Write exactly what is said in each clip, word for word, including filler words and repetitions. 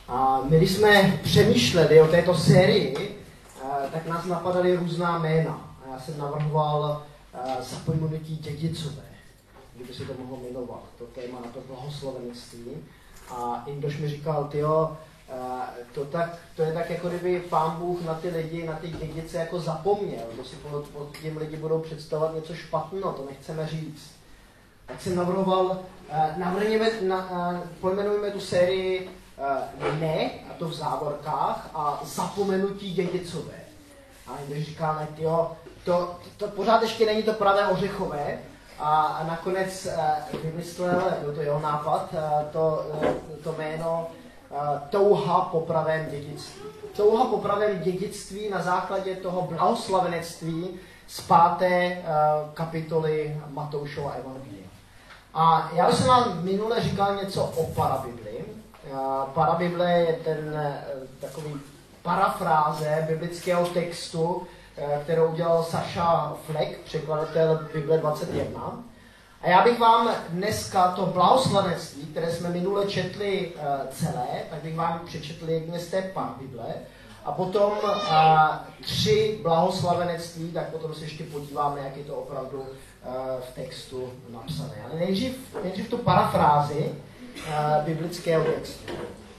A my, když jsme přemýšleli o této sérii, tak nás napadaly různá jména. A já jsem navrhoval zapomenutí dědicové, kdyby se to mohlo jmenovat, to téma na to blahoslavenství. A Indoš mi říkal, tyjo, to, tak, to je tak, jako kdyby Pán Bůh na ty lidi, na ty dědice jako zapomněl, to si pod, pod tím lidi budou představovat něco špatného, to nechceme říct. Tak jsem navrhoval, navrhneme, na, pojmenujeme tu sérii Ne, a to v závorkách, a zapomenutí dědicové. A když říkáme, tyjo, to, to pořád ještě není to pravé ořechové, a, a nakonec uh, vymyslel, byl to jeho nápad, uh, to, uh, to jméno uh, Touha po pravém dědictví. Touha po pravém dědictví na základě toho blahoslavenectví z páté uh, kapitoly Matoušova evangelia. A já jsem vám minule říkal něco o parabibli. Uh, Parabible je ten uh, takový parafráze biblického textu, kterou udělal Saša Fleck, překladatel Bible dvacet jedna. A já bych vám dneska to blahoslavenství, které jsme minule četli celé, tak bych vám přečetl jedně z té Parabible. A potom a, tři blahoslavenectví, tak potom se ještě podíváme, jak je to opravdu a, v textu napsané. Ale nejdřív, nejdřív tu parafrázi a, biblického textu.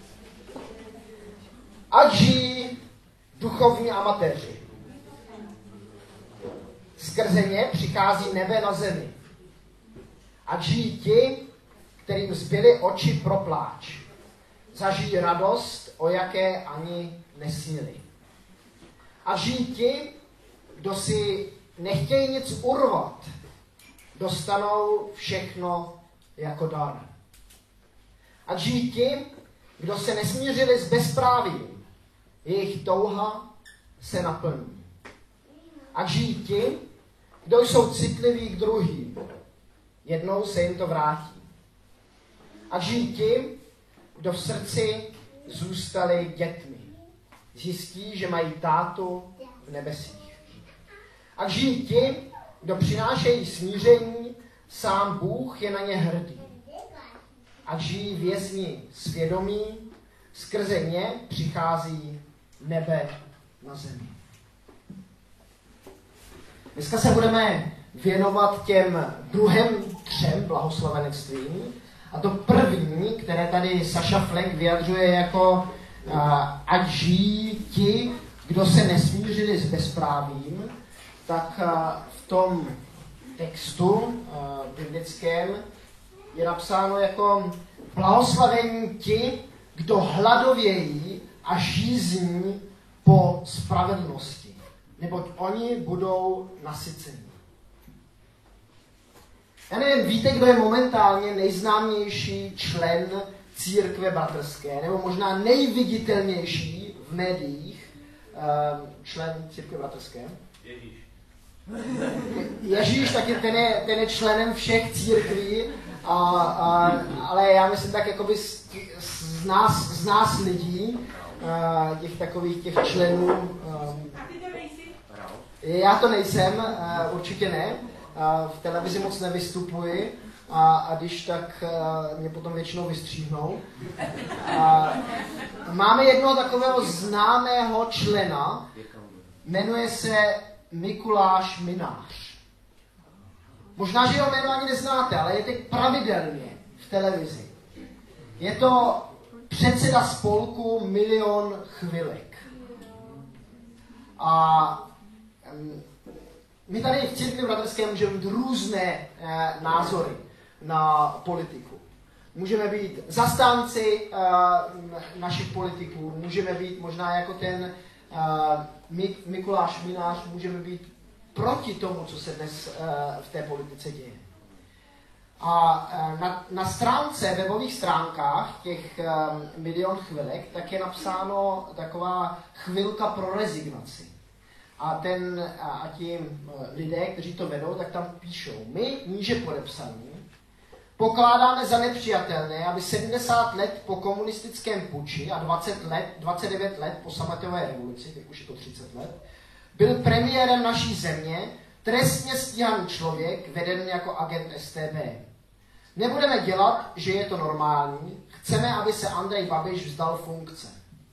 Ať žijí duchovní amatéři. Skrze ně přichází nebe na zemi. Ať žijí ti, kterým zbyly oči pro pláč. Zažijí radost, o jaké ani nesnili. A žijí ti, kdo si nechtějí nic urvat, dostanou všechno jako dar. A žijí ti, kdo se nesmířili s bezprávím, jejich touha se naplní. A žijí ti, kdo jsou citliví k druhým, jednou se jim to vrátí. A žijí ti, kdo v srdci zůstali dětmi, zjistí, že mají tátu v nebesích. A žijí ti, kdo přinášejí smíření, sám Bůh je na ně hrdý. A žijí vězni svědomí, skrze ně přichází nebe na zemi. Dneska se budeme věnovat těm druhým třem blahoslavenectvím. A to první, které tady Saša Fleck vyjadřuje jako uh, ať žijí ti, kdo se nesmířili s bezprávím, tak uh, v tom textu uh, biblickém je napsáno jako blahoslavení ti, kdo hladovějí a žízní po spravedlnosti, neboť oni budou nasyceni. Já nevím, víte, kdo je momentálně nejznámější člen církve bratrské, nebo možná nejviditelnější v médiích člen církve bratrské? Ježíš. Ježíš, taky ten je, ten je členem všech církví, a, a, ale já myslím tak jakoby z, z, nás, z nás lidí, a, těch takových těch členů. A ty to nejsi? Já to nejsem, a, určitě ne. A v televizi moc nevystupuji a, a když tak a, mě potom většinou vystříhnou. A, máme jednoho takového známého člena, jmenuje se Mikuláš Minář. Možná, že jeho jméno ani neznáte, ale je teď pravidelně v televizi. Je to předseda spolku Milion chvilek. A my tady v církvi bratrské můžeme mít různé eh, názory na politiku. Můžeme být zastánci eh, našich politiků, můžeme být možná jako ten eh, Mik- Mikuláš Minář, můžeme být proti tomu, co se dnes eh, v té politice děje. A eh, na, na stránce, webových stránkách těch eh, Milion chvilek, tak je napsáno taková chvilka pro rezignaci. A, ten, a ti lidé, kteří to vedou, tak tam píšou. My, níže podepsaní, pokládáme za nepřijatelné, aby sedmdesát let po komunistickém puči a dvacet let, dvacet devět let po sametové revoluci, teď už je to třicet let, byl premiérem naší země trestně stíhaný člověk, veden jako agent S T B. Nebudeme dělat, že je to normální, Chceme, aby se Andrej Babiš vzdal funkce.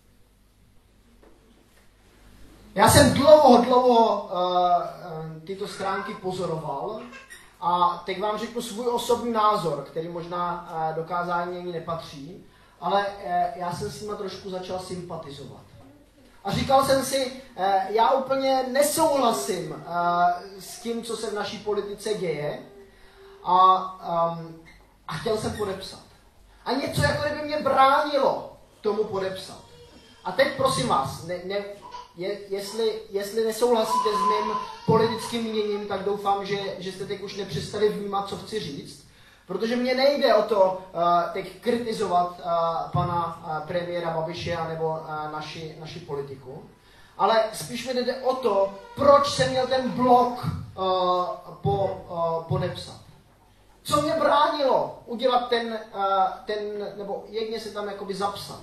Já jsem dlouho, dlouho uh, uh, tyto stránky pozoroval a teď vám řeknu svůj osobní názor, který možná uh, do kázání ani nepatří, ale uh, já jsem s nimi trošku začal sympatizovat. A říkal jsem si, uh, já úplně nesouhlasím uh, s tím, co se v naší politice děje a, um, a chtěl jsem podepsat. A něco jako kdyby mě bránilo tomu podepsat. A teď prosím vás, ne, ne, je, jestli, jestli nesouhlasíte s mým politickým míněním, tak doufám, že, že jste teď už nepřestali vnímat, co chci říct. Protože mně nejde o to uh, teď kritizovat uh, pana uh, premiéra Babiše nebo uh, naši, naši politiku. Ale spíš mi jde o to, proč jsem měl ten blok uh, po, uh, podepsat. Co mě bránilo udělat ten, uh, ten nebo jedně se tam jakoby zapsat.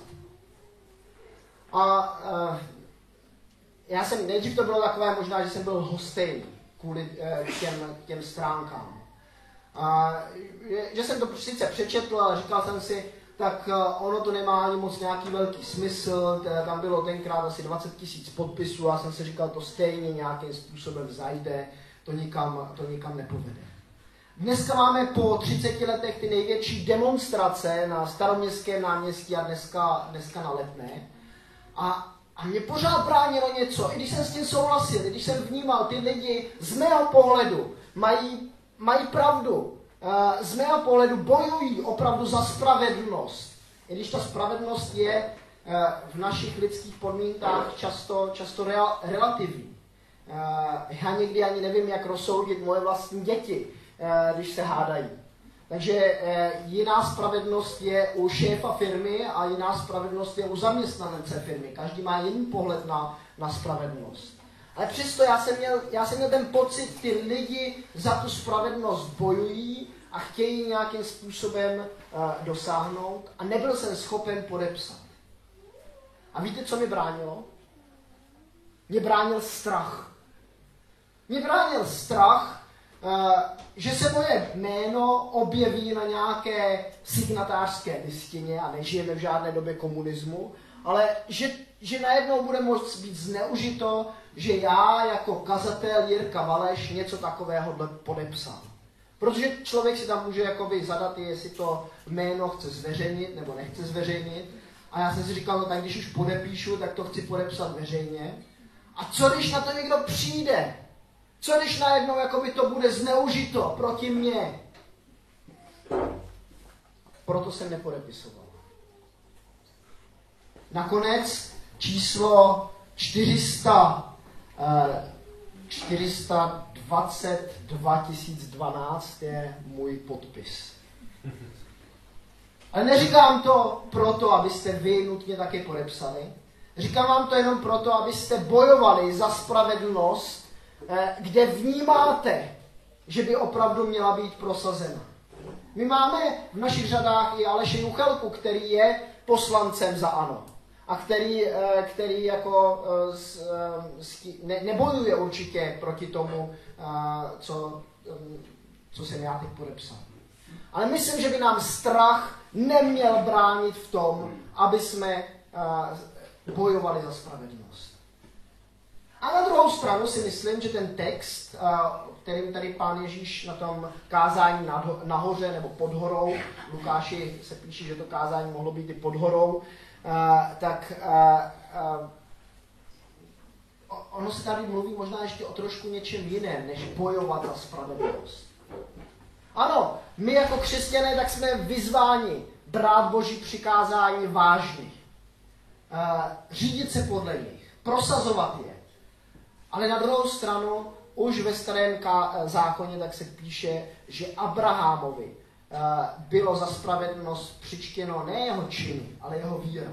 A uh, já jsem, nejdřív to bylo takové možná, že jsem byl hostejný kvůli uh, těm, těm stránkám. A že jsem to sice přečetl, ale říkal jsem si, tak uh, ono to nemá ani moc nějaký velký smysl, teda tam bylo tenkrát asi dvacet tisíc podpisů, a jsem si říkal, to stejně nějakým způsobem zajde, to nikam, to nikam nepovede. Dneska máme po třiceti letech ty největší demonstrace na Staroměstském náměstí a dneska, dneska na Letné. A, a mě pořád bránilo něco, i když jsem s tím souhlasil, i když jsem vnímal, ty lidi z mého pohledu mají, mají pravdu. Z mého pohledu bojují opravdu za spravedlnost. I když ta spravedlnost je v našich lidských podmínkách často, často real, relativní. Já někdy ani nevím, jak rozsoudit moje vlastní děti, když se hádají. Takže jiná spravedlnost je u šéfa firmy a jiná spravedlnost je u zaměstnance firmy. Každý má jiný pohled na, na spravedlnost. Ale přesto já jsem, měl, já jsem měl ten pocit, ty lidi za tu spravedlnost bojují a chtějí nějakým způsobem uh, dosáhnout a nebyl jsem schopen podepsat. A víte, co mi bránilo? Mě bránil strach. Mě bránil strach, uh, že se moje jméno objeví na nějaké signatářské listině a nežijeme v žádné době komunismu, ale že, že najednou bude moct být zneužito, že já jako kazatel Jirka Valeš něco takového podepsal. Protože člověk si tam může jakoby zadat, jestli to jméno chce zveřejnit nebo nechce zveřejnit. A já jsem si říkal, no tak když už podepíšu, tak to chci podepsat veřejně. A co když na to někdo přijde? Co když najednou jakoby to bude zneužito proti mně? Proto jsem nepodepisoval. Nakonec číslo čtyři sta dvacet dva tisíc dvanáct je můj podpis. Ale neříkám to proto, abyste vy nutně taky podepsali. Říkám vám to jenom proto, abyste bojovali za spravedlnost, kde vnímáte, že by opravdu měla být prosazena. My máme v našich řadách i Aleše Juchelku, který je poslancem za ANO. A který, který jako ne, nebojuje určitě proti tomu, co, co jsem já teď podepsal. Ale myslím, že by nám strach neměl bránit v tom, aby jsme bojovali za spravedlnost. A na druhou stranu si myslím, že ten text, kterým tady Pán Ježíš na tom kázání nahoře nebo pod horou, Lukáši se píše, že to kázání mohlo být i pod horou, Uh, tak uh, uh, ono se tady mluví možná ještě o trošku něčem jiném, než bojovat za spravedlnost. Ano, my jako křesťané tak jsme vyzváni brát Boží přikázání vážně. Uh, řídit se podle nich, prosazovat je. Ale na druhou stranu, už ve starém zákoně tak se píše, že Abrahamovi bylo za spravedlnost přičtěno ne jeho činy, ale jeho víra.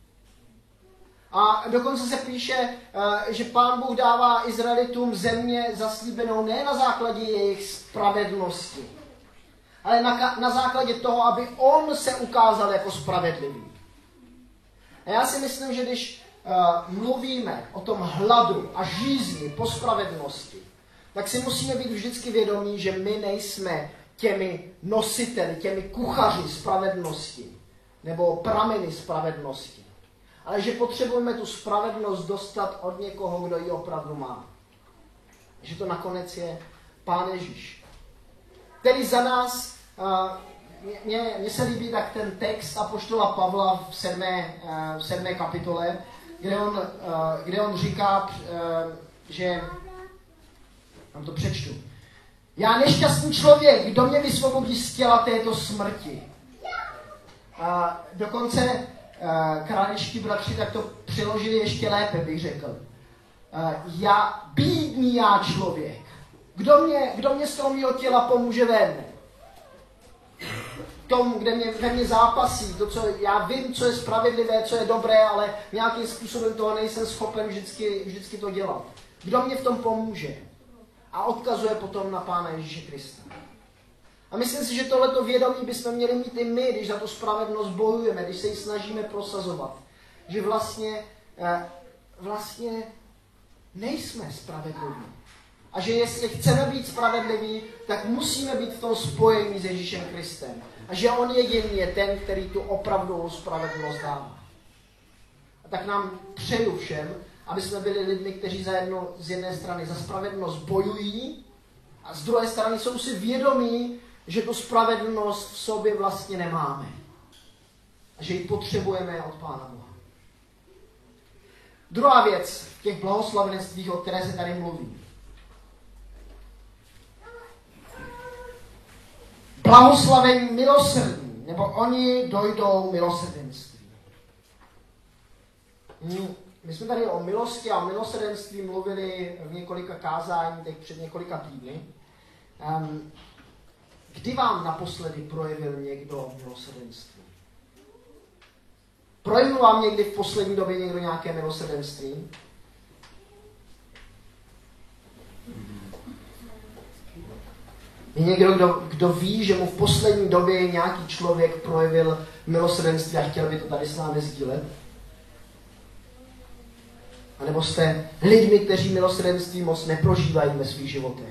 A dokonce se píše, že Pán Bůh dává Izraelitům země zaslíbenou ne na základě jejich spravedlnosti, ale na, na základě toho, aby on se ukázal jako spravedlivý. A já si myslím, že když uh, mluvíme o tom hladu a žízni po spravedlnosti, tak si musíme být vždycky vědomí, že my nejsme těmi nositeli, těmi kuchaři spravedlnosti. nebo prameny spravedlnosti. Ale že potřebujeme tu spravedlnost dostat od někoho, kdo ji opravdu má. Že to nakonec je Pán Ježíš. Který za nás, mně se líbí tak ten text apoštola Pavla v sedmé, v sedmé kapitole, kde on, kde on říká, že, vám to přečtu, já nešťastný člověk, kdo mě vysvobodí z těla této smrti. A dokonce králičtí bratři tak to přeložili ještě lépe, bych řekl. Já, bídný já člověk, kdo mě, kdo mě z toho mého těla pomůže ven? Tom, kde mě, ve mně zápasí, to, co já vím, co je spravedlivé, co je dobré, ale nějakým způsobem toho nejsem schopen vždycky, vždycky to dělat. Kdo mě v tom pomůže? A odkazuje potom na Pána Ježíše Krista. A myslím si, že tohleto vědomí bychom měli mít i my, když za tu spravedlnost bojujeme, když se ji snažíme prosazovat. Že vlastně, vlastně nejsme spravedliví. A že jestli chceme být spravedliví, tak musíme být v tom spojení s Ježíšem Kristem. A že on jediný je ten, který tu opravdovou spravedlnost dává. A tak nám přeju všem, aby jsme byli lidmi, kteří za jedno, z jedné strany za spravedlnost bojují a z druhé strany jsou si vědomí, že tu spravedlnost v sobě vlastně nemáme. A že ji potřebujeme od Pána Boha. Druhá věc v těch blahoslavenstvích, o které se tady mluví. Blahoslavení milosrdní, nebo oni dojdou milosrdenství. My jsme tady o milosti a o milosrdenství mluvili v několika kázání, teď před několika týdny. Um, kdy vám naposledy projevil někdo milosrdenství? Projevil vám někdy v poslední době někdo nějaké milosrdenství? Je někdo, kdo, kdo ví, že mu v poslední době nějaký člověk projevil milosrdenství a chtěl by to tady s námi sdílet? A nebo jste lidmi, kteří milosrdenství moc neprožívají ve svých životech?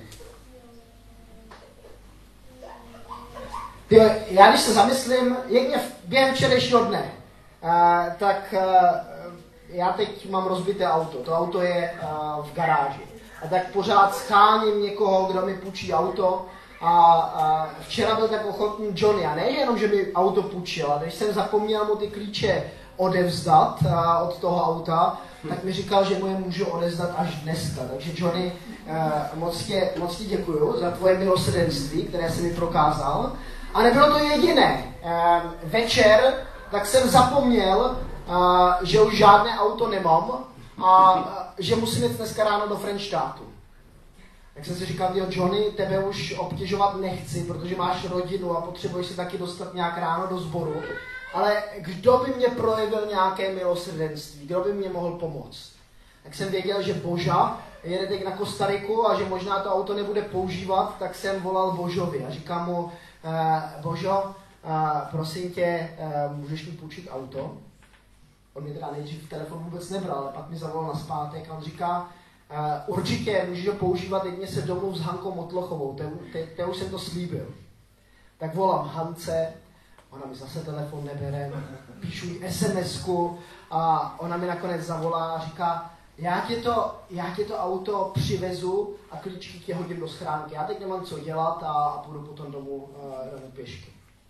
Ty, já když se zamyslím, jedně během včerejšího dne, uh, tak uh, já teď mám rozbité auto. To auto je uh, v garáži. A tak pořád scháním někoho, kdo mi půjčí auto. A, a včera byl tak ochotný Johnny. A ne jenom, že mi auto půjčil, ale když jsem zapomněl mu ty klíče odevzdat a, od toho auta, tak mi říkal, že mu je můžu odevzdat až dneska. Takže Johnny, uh, moc tě, moc ti děkuju za tvoje milosrdenství, které jsi mi prokázal. A nebylo to jediné. Uh, večer tak jsem zapomněl, uh, že už žádné auto nemám a uh, že musím jít dneska ráno do Frenštátu. Tak jsem si říkal, jo, Johnny, tebe už obtěžovat nechci, protože máš rodinu a potřebuješ se taky dostat nějak ráno do sboru. Ale kdo by mě projevil nějaké milosrdenství? Kdo by mě mohl pomoct? Tak jsem věděl, že Boža jede teď na Kostariku a že možná to auto nebude používat, tak jsem volal Božovi a říkám mu, eh, Božo, eh, prosím tě, eh, můžeš mi půjčit auto? On mi teda nejdřív telefon vůbec nebral, ale pak mi zavolal nazpátek a on říká, Uh, určitě můžeš ho používat, jedně se domluv s Hankou Motlochovou, te, te, te už jsem to slíbil. Tak volám Hance, ona mi zase telefon nebere, píšu jí SMSku a ona mi nakonec zavolá a říká, já tě to, já tě to auto přivezu a klíčky tě hodím do schránky. Já teď nemám co dělat a, a půjdu potom domů, uh, domů pěšky.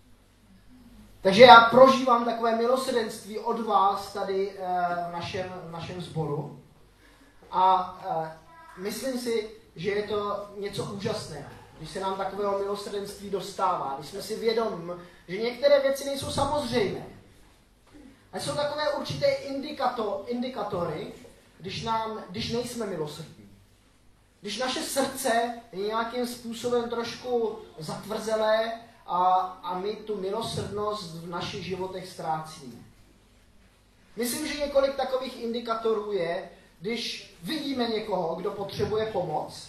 Takže já prožívám takové milosrdenství od vás tady uh, v našem, v našem sboru. A uh, myslím si, že je to něco úžasného, když se nám takového milosrdenství dostává, když jsme si vědomí, že některé věci nejsou samozřejmé. A jsou takové určité indikato, indikatory, když, nám, když nejsme milosrdní. Když naše srdce je nějakým způsobem trošku zatvrzelé a, a my tu milosrdnost v našich životech ztrácíme. Myslím, že několik takových indikatorů je, když vidíme někoho, kdo potřebuje pomoc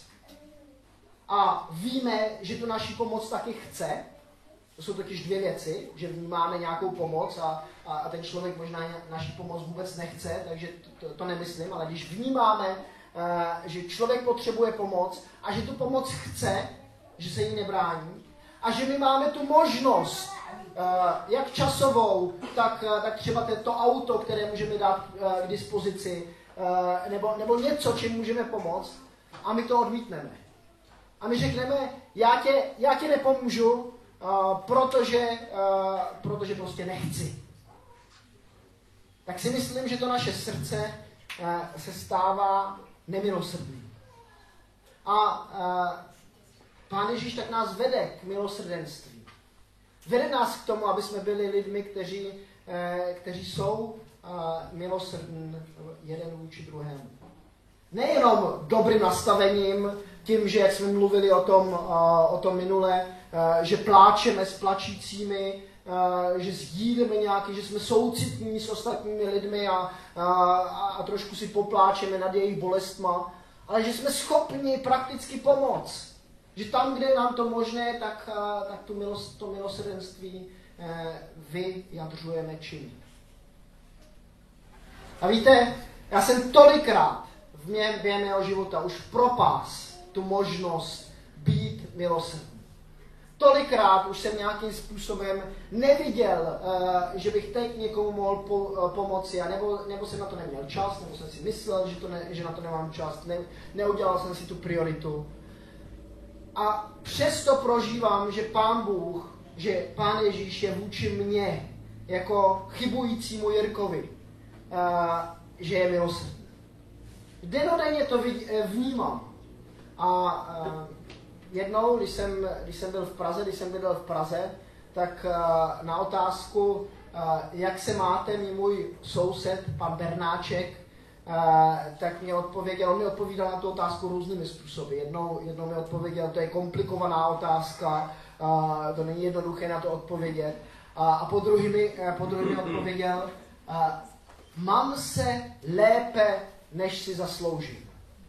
a víme, že tu naši pomoc taky chce, to jsou totiž dvě věci, že vnímáme nějakou pomoc a, a, a ten člověk možná naši pomoc vůbec nechce, takže to, to, to nemyslím, ale když vnímáme, uh, že člověk potřebuje pomoc a že tu pomoc chce, že se jí nebrání a že my máme tu možnost jak časovou, tak, tak třeba to auto, které můžeme dát k dispozici, nebo, nebo něco, čím můžeme pomoct, a my to odmítneme. A my řekneme, já tě, já tě nepomůžu, protože, protože prostě nechci. Tak si myslím, že to naše srdce se stává nemilosrdným. A Pán Ježíš tak nás vede k milosrdenství. Vede nás k tomu, aby jsme byli lidmi, kteří, kteří jsou milosrdní jeden vůči druhému. Nejenom dobrým nastavením, tím, že jak jsme mluvili o tom, o tom minule, že pláčeme s plačícími, že sdílíme nějaký, že jsme soucitní s ostatními lidmi a, a, a trošku si popláčeme nad jejich bolestma, ale že jsme schopni prakticky pomoct. Že tam, kde je nám to možné, tak, tak tu milost, to milosrdenství vyjadřujeme činy. A víte, já jsem tolikrát v mém během mého života už propás tu možnost být milosrdný. Tolikrát už jsem nějakým způsobem neviděl, že bych teď někomu mohl po, pomoci, a nebo, nebo jsem na to neměl čas, nebo jsem si myslel, že, to ne, že na to nemám čas, ne, neudělal jsem si tu prioritu. A přesto prožívám, že Pán Bůh, že Pán Ježíš je vůči mně jako chybujícímu Jirkovi, že je milosrdný. Denodenně to vnímám. A jednou, když jsem, když jsem byl v Praze, když jsem bydlel v Praze, tak na otázku, jak se máte, mi můj soused, pan Bernáček, tak mě odpověděl, on mi odpovídal na tu otázku různými způsoby. Jednou, jednou mi odpověděl, to je komplikovaná otázka, to není jednoduché na to odpovědět. A po druhý mi, po druhý mi odpověděl, mám se lépe, než si zasloužím.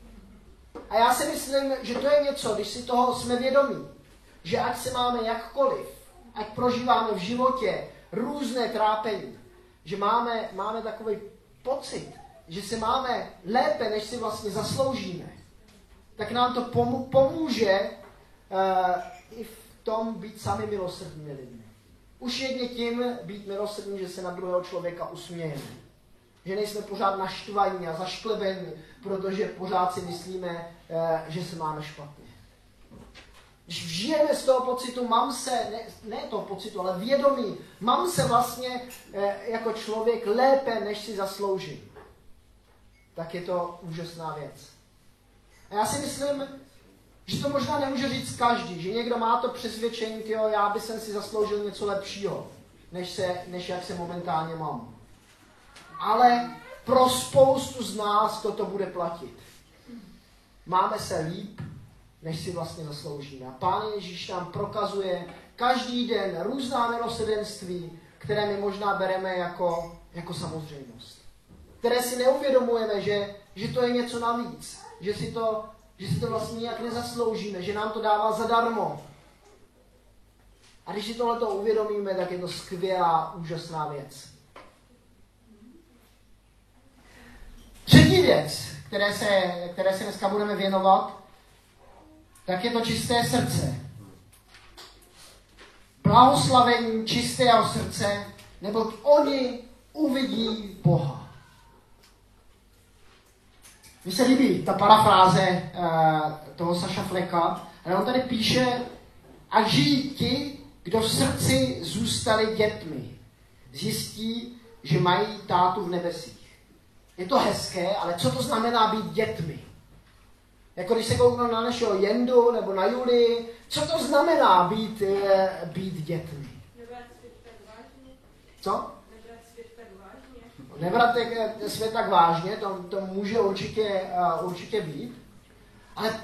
A já si myslím, že to je něco, když si toho jsme vědomí, že ať se máme jakkoliv, ať prožíváme v životě různé trápení, že máme, máme takový pocit, že se máme lépe, než si vlastně zasloužíme, tak nám to pomůže uh, i v tom být sami milosrdnými lidmi. Už jedně tím být milosrdní, že se na druhého člověka usmějeme. Že nejsme pořád naštvaní a zašklebení, protože pořád si myslíme, že se máme špatně. Když žijeme z toho pocitu, mám se, ne, ne toho pocitu, ale vědomí, mám se vlastně jako člověk lépe, než si zasloužím, tak je to úžasná věc. A já si myslím, že to možná nemůže říct každý, že někdo má to přesvědčení, tyjo, já bych si zasloužil něco lepšího, než, se, než jak se momentálně mám. Ale pro spoustu z nás toto bude platit. Máme se líp, než si vlastně zasloužíme. A Pán Ježíš nám prokazuje každý den různá milosrdenství, které my možná bereme jako, jako samozřejmost. Které si neuvědomujeme, že, že to je něco navíc. Že si to, že si to vlastně nějak nezasloužíme, že nám to dává zadarmo. A když si tohleto uvědomíme, tak je to skvělá, úžasná věc. Třetí věc, které se, které se dneska budeme věnovat, tak je to čisté srdce. Blahoslavení čistého srdce, neboť oni uvidí Boha. Mně se líbí ta parafráze uh, toho Saša Fleka, ale on tady píše, a žijí ti, kdo v srdci zůstali dětmi, zjistí, že mají tátu v nebesích. Je to hezké, ale co to znamená být dětmi? Jako když se kouknu na našeho Jendu nebo na Julii, co to znamená být, e, být dětmi? Nebrat svět tak vážně. Co? Nebrat svět tak vážně. Nebrat svět tak vážně, to, to může určitě, uh, určitě být. Ale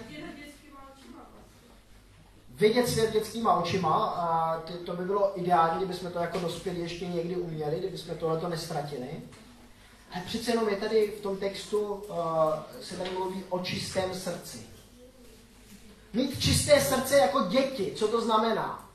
vidět svět dětskýma očima, a to, to by bylo ideální, kdybychom to jako dospělí ještě někdy uměli, kdybychom tohleto nestratili. Ale přece jenom je tady v tom textu, uh, se tady mluví o čistém srdci. Mít čisté srdce jako děti, co to znamená?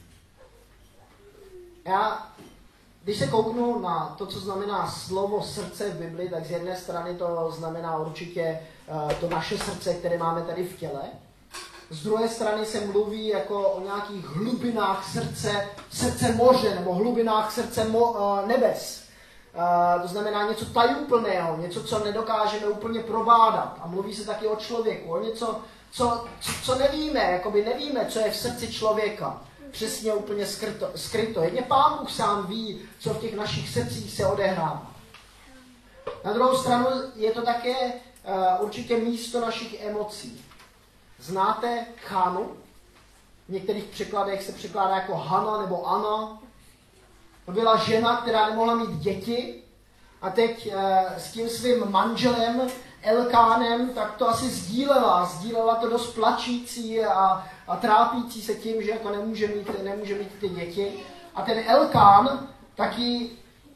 Já, když se kouknu na to, co znamená slovo srdce v Bibli, tak z jedné strany to znamená určitě uh, to naše srdce, které máme tady v těle. Z druhé strany se mluví jako o nějakých hlubinách srdce, srdce moře nebo hlubinách srdce mo, uh, nebes. Uh, to znamená něco tajuplného, něco, co nedokážeme úplně probádat. A mluví se taky o člověku, o něco, co, co, co nevíme, jakoby nevíme, co je v srdci člověka. Přesně úplně skryto. skryto. Jedně Pán Bůh sám ví, co v těch našich srdcích se odehrává. Na druhou stranu je to také uh, určitě místo našich emocí. Znáte Chánu? V některých překladech se překládá jako Hana nebo Anna. To byla žena, která nemohla mít děti a teď e, s tím svým manželem Elkánem tak to asi sdílela. Sdílela to dost plačící a, a trápící se tím, že jako nemůže mít, nemůže mít ty děti. A ten Elkán taky,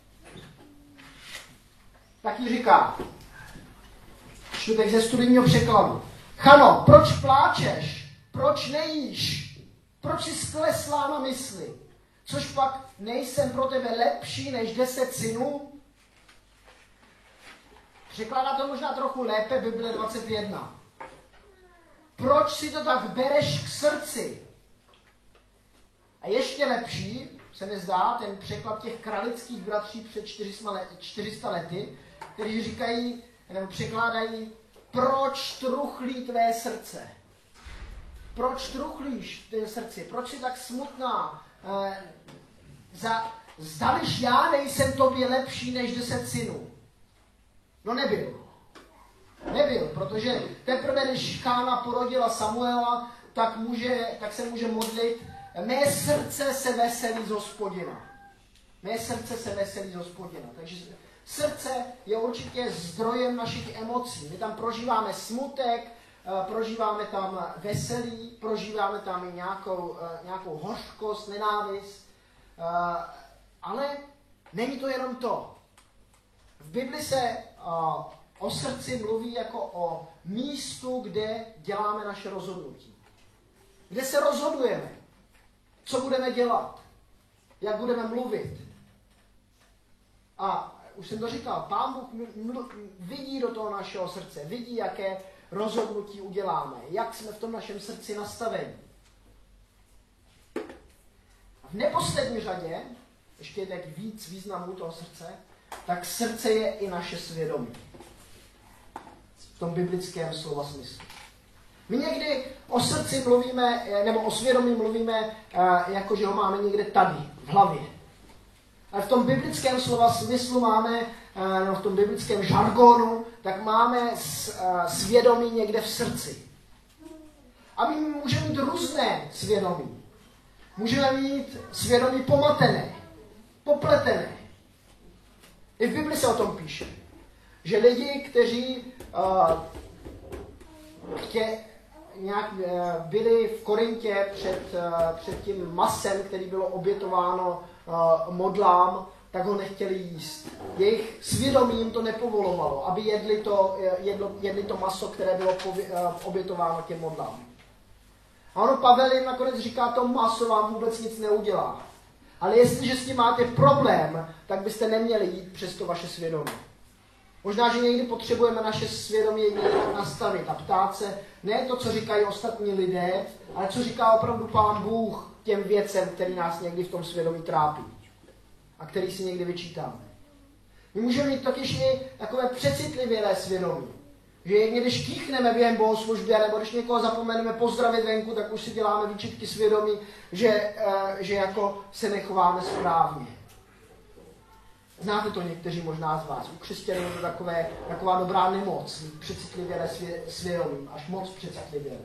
taky říká, čtu teď ze studijního překladu. Chano, proč pláčeš? Proč nejíš? Proč jsi skleslá na mysli? Což pak nejsem pro tebe lepší než deset synů? Překládá to možná trochu lépe Bible dvacet jedna. Proč si to tak bereš k srdci? A ještě lepší, se mi zdá, ten překlad těch kralických bratří před čtyři sta lety, kteří říkají, nebo překládají, proč truchlí tvé srdce? Proč truchlíš tvé srdci? Proč jsi tak smutná? E, za, zdališ já nejsem tobě lepší než deset synů? No nebyl. Nebyl, protože teprve, když Chána porodila Samuela, tak, může, tak se může modlit, mé srdce se veselí z Hospodina. Mé srdce se veselí z Hospodina. Takže srdce je určitě zdrojem našich emocí. My tam prožíváme smutek, prožíváme tam veselí, prožíváme tam i nějakou, nějakou hořkost, nenávist. Ale není to jenom to. V Bibli se o srdci mluví jako o místu, kde děláme naše rozhodnutí. Kde se rozhodujeme, co budeme dělat, jak budeme mluvit. A už jsem to říkal, Pán Bůh vidí do toho našeho srdce, vidí, jaké rozhodnutí uděláme, jak jsme v tom našem srdci nastaveni. A v neposlední řadě, ještě tak víc významů toho srdce, tak srdce je i naše svědomí. V tom biblickém slova smyslu. My někdy o srdci mluvíme, nebo o svědomí mluvíme, jako že ho máme někde tady, v hlavě. Ale v tom biblickém slova smyslu máme, nebo v tom biblickém žargonu, tak máme svědomí někde v srdci. A my můžeme mít různé svědomí. Můžeme mít svědomí pomatené, popletené. I v Bibli se o tom píše, že lidi, kteří uh, chtě, nějak, uh, byli v Korintě před, uh, před tím masem, který bylo obětováno uh, modlám, tak ho nechtěli jíst. Jejich svědomí jim to nepovolovalo, aby jedli to, jedlo, jedli to maso, které bylo pově, uh, obětováno těm modlám. A ono Pavel jim nakonec říká, to maso vám vůbec nic neudělá. Ale jestliže s tím máte problém, tak byste neměli jít přes to vaše svědomí. Možná, že někdy potřebujeme naše svědomí nějak nastavit a ptát se, ne to, co říkají ostatní lidé, ale co říká opravdu Pán Bůh těm věcem, který nás někdy v tom svědomí trápí a který si někdy vyčítáme. My můžeme mít totiž i takové přecitlivělé svědomí. Že někdy, když kýchneme během bohoslužby, nebo když někoho zapomeneme pozdravit venku, tak už si děláme výčitky svědomí, že, že jako se nechováme správně. Znáte to někteří možná z vás. U křesťanů je to takové, taková dobrá nemoc, přecitlivělé svědomí, až moc přecitlivělé.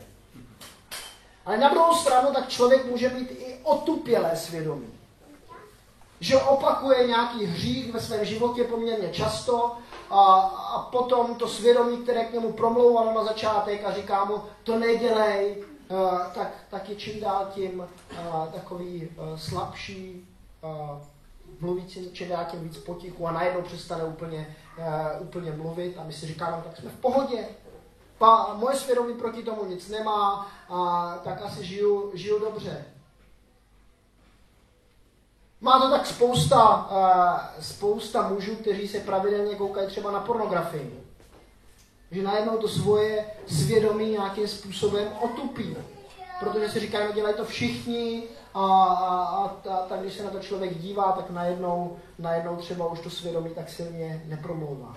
Ale na druhou stranu tak člověk může mít i otupělé svědomí. Že opakuje nějaký hřích ve svém životě poměrně často a, a potom to svědomí, které k němu promlouvalo na začátek a říká mu, to nedělej, a, tak, tak je čím dál tím a, takový a, slabší, a, mluví čím dál tím víc potichu a najednou přestane úplně, a, úplně mluvit a my si říkáme, tak jsme v pohodě. Pa, moje svědomí proti tomu nic nemá, a, tak asi žiju, žiju dobře. Má to tak spousta, uh, spousta mužů, kteří se pravidelně koukají třeba na pornografii. že najednou to svoje svědomí nějakým způsobem otupí. Protože si říkají, no dělají to všichni a, a, a, a tak když se na to člověk dívá, tak najednou, najednou třeba už to svědomí tak silně nepromlouvá.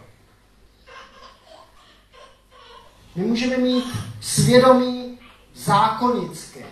My můžeme mít svědomí zákonické.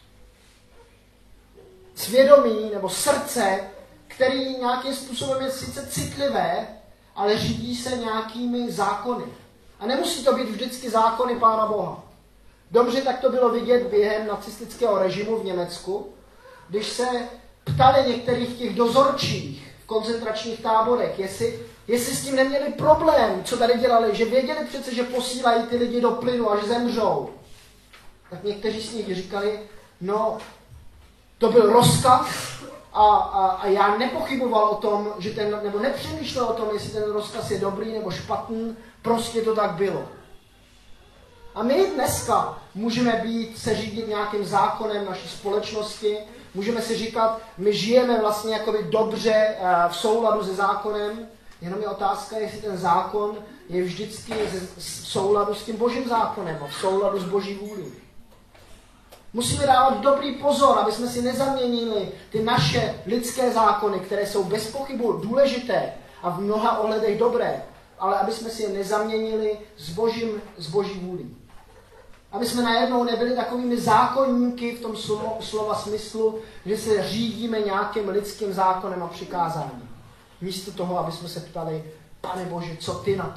Svědomí nebo srdce, který nějakým způsobem je sice citlivé, ale řídí se nějakými zákony. A nemusí to být vždycky zákony Pána Boha. Dobře, tak to bylo vidět během nacistického režimu v Německu, když se ptali některých těch dozorčích v koncentračních táborech, jestli, jestli s tím neměli problém, co tady dělali, že věděli přece, že posílají ty lidi do plynu, až zemřou. Tak někteří z nich říkali, no, to byl rozkaz a, a, a já nepochyboval o tom, že ten, nebo nepřemýšlel o tom, jestli ten rozkaz je dobrý nebo špatný, prostě to tak bylo. A my dneska můžeme být, se řídit nějakým zákonem naší společnosti, můžeme si říkat, my žijeme vlastně jakoby dobře v souladu se zákonem, jenom je otázka, jestli ten zákon je vždycky v souladu s tím Božím zákonem a v souladu s Boží vůlí. Musíme dávat dobrý pozor, aby jsme si nezaměnili ty naše lidské zákony, které jsou bez pochybu důležité a v mnoha ohledech dobré, ale aby jsme si je nezaměnili s, božím, s Boží vůlí. Aby jsme najednou nebyli takovými zákonníky v tom slova, slova smyslu, že se řídíme nějakým lidským zákonem a přikázáním. Místo toho, aby jsme se ptali, Pane Bože, co ty na to?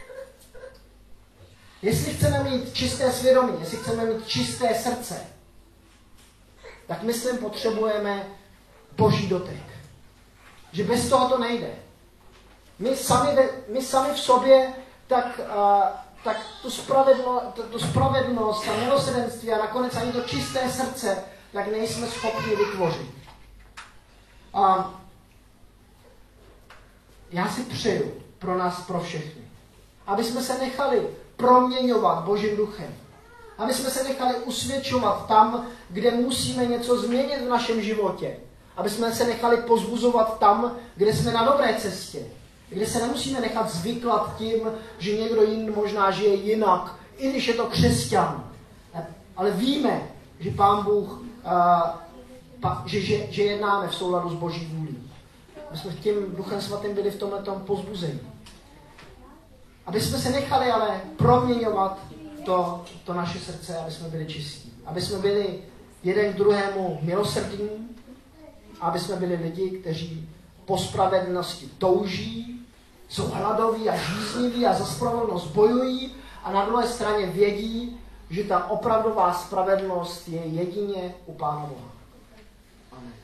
Jestli chceme mít čisté svědomí, jestli chceme mít čisté srdce, tak myslím, potřebujeme Boží dotek. Že bez toho to nejde. My sami, my sami v sobě tak, uh, tak tu, spravedlo, tu spravedlnost a milosrdenství a nakonec ani to čisté srdce tak nejsme schopni vytvořit. Uh, já si přeju pro nás, pro všechny, aby jsme se nechali proměňovat Božím duchem. Aby jsme se nechali usvědčovat tam, kde musíme něco změnit v našem životě. Aby jsme se nechali pozbuzovat tam, kde jsme na dobré cestě. Kde se nemusíme nechat zvyklat tím, že někdo jiný možná žije jinak, i když je to křesťan. Ale víme, že Pán Bůh, uh, pa, že, že, že jednáme v souladu s Boží vůlí. My jsme tím Duchem Svatým byli v tomhletom pozbuzení. Aby jsme se nechali ale proměňovat to, to naše srdce, aby jsme byli čistí. Aby jsme byli jeden k druhému milosrdní, aby jsme byli lidi, kteří po spravedlnosti touží, jsou hladoví a žízniví a za spravedlnost bojují a na druhé straně vědí, že ta opravdová spravedlnost je jedině u Pána Boha. Amen.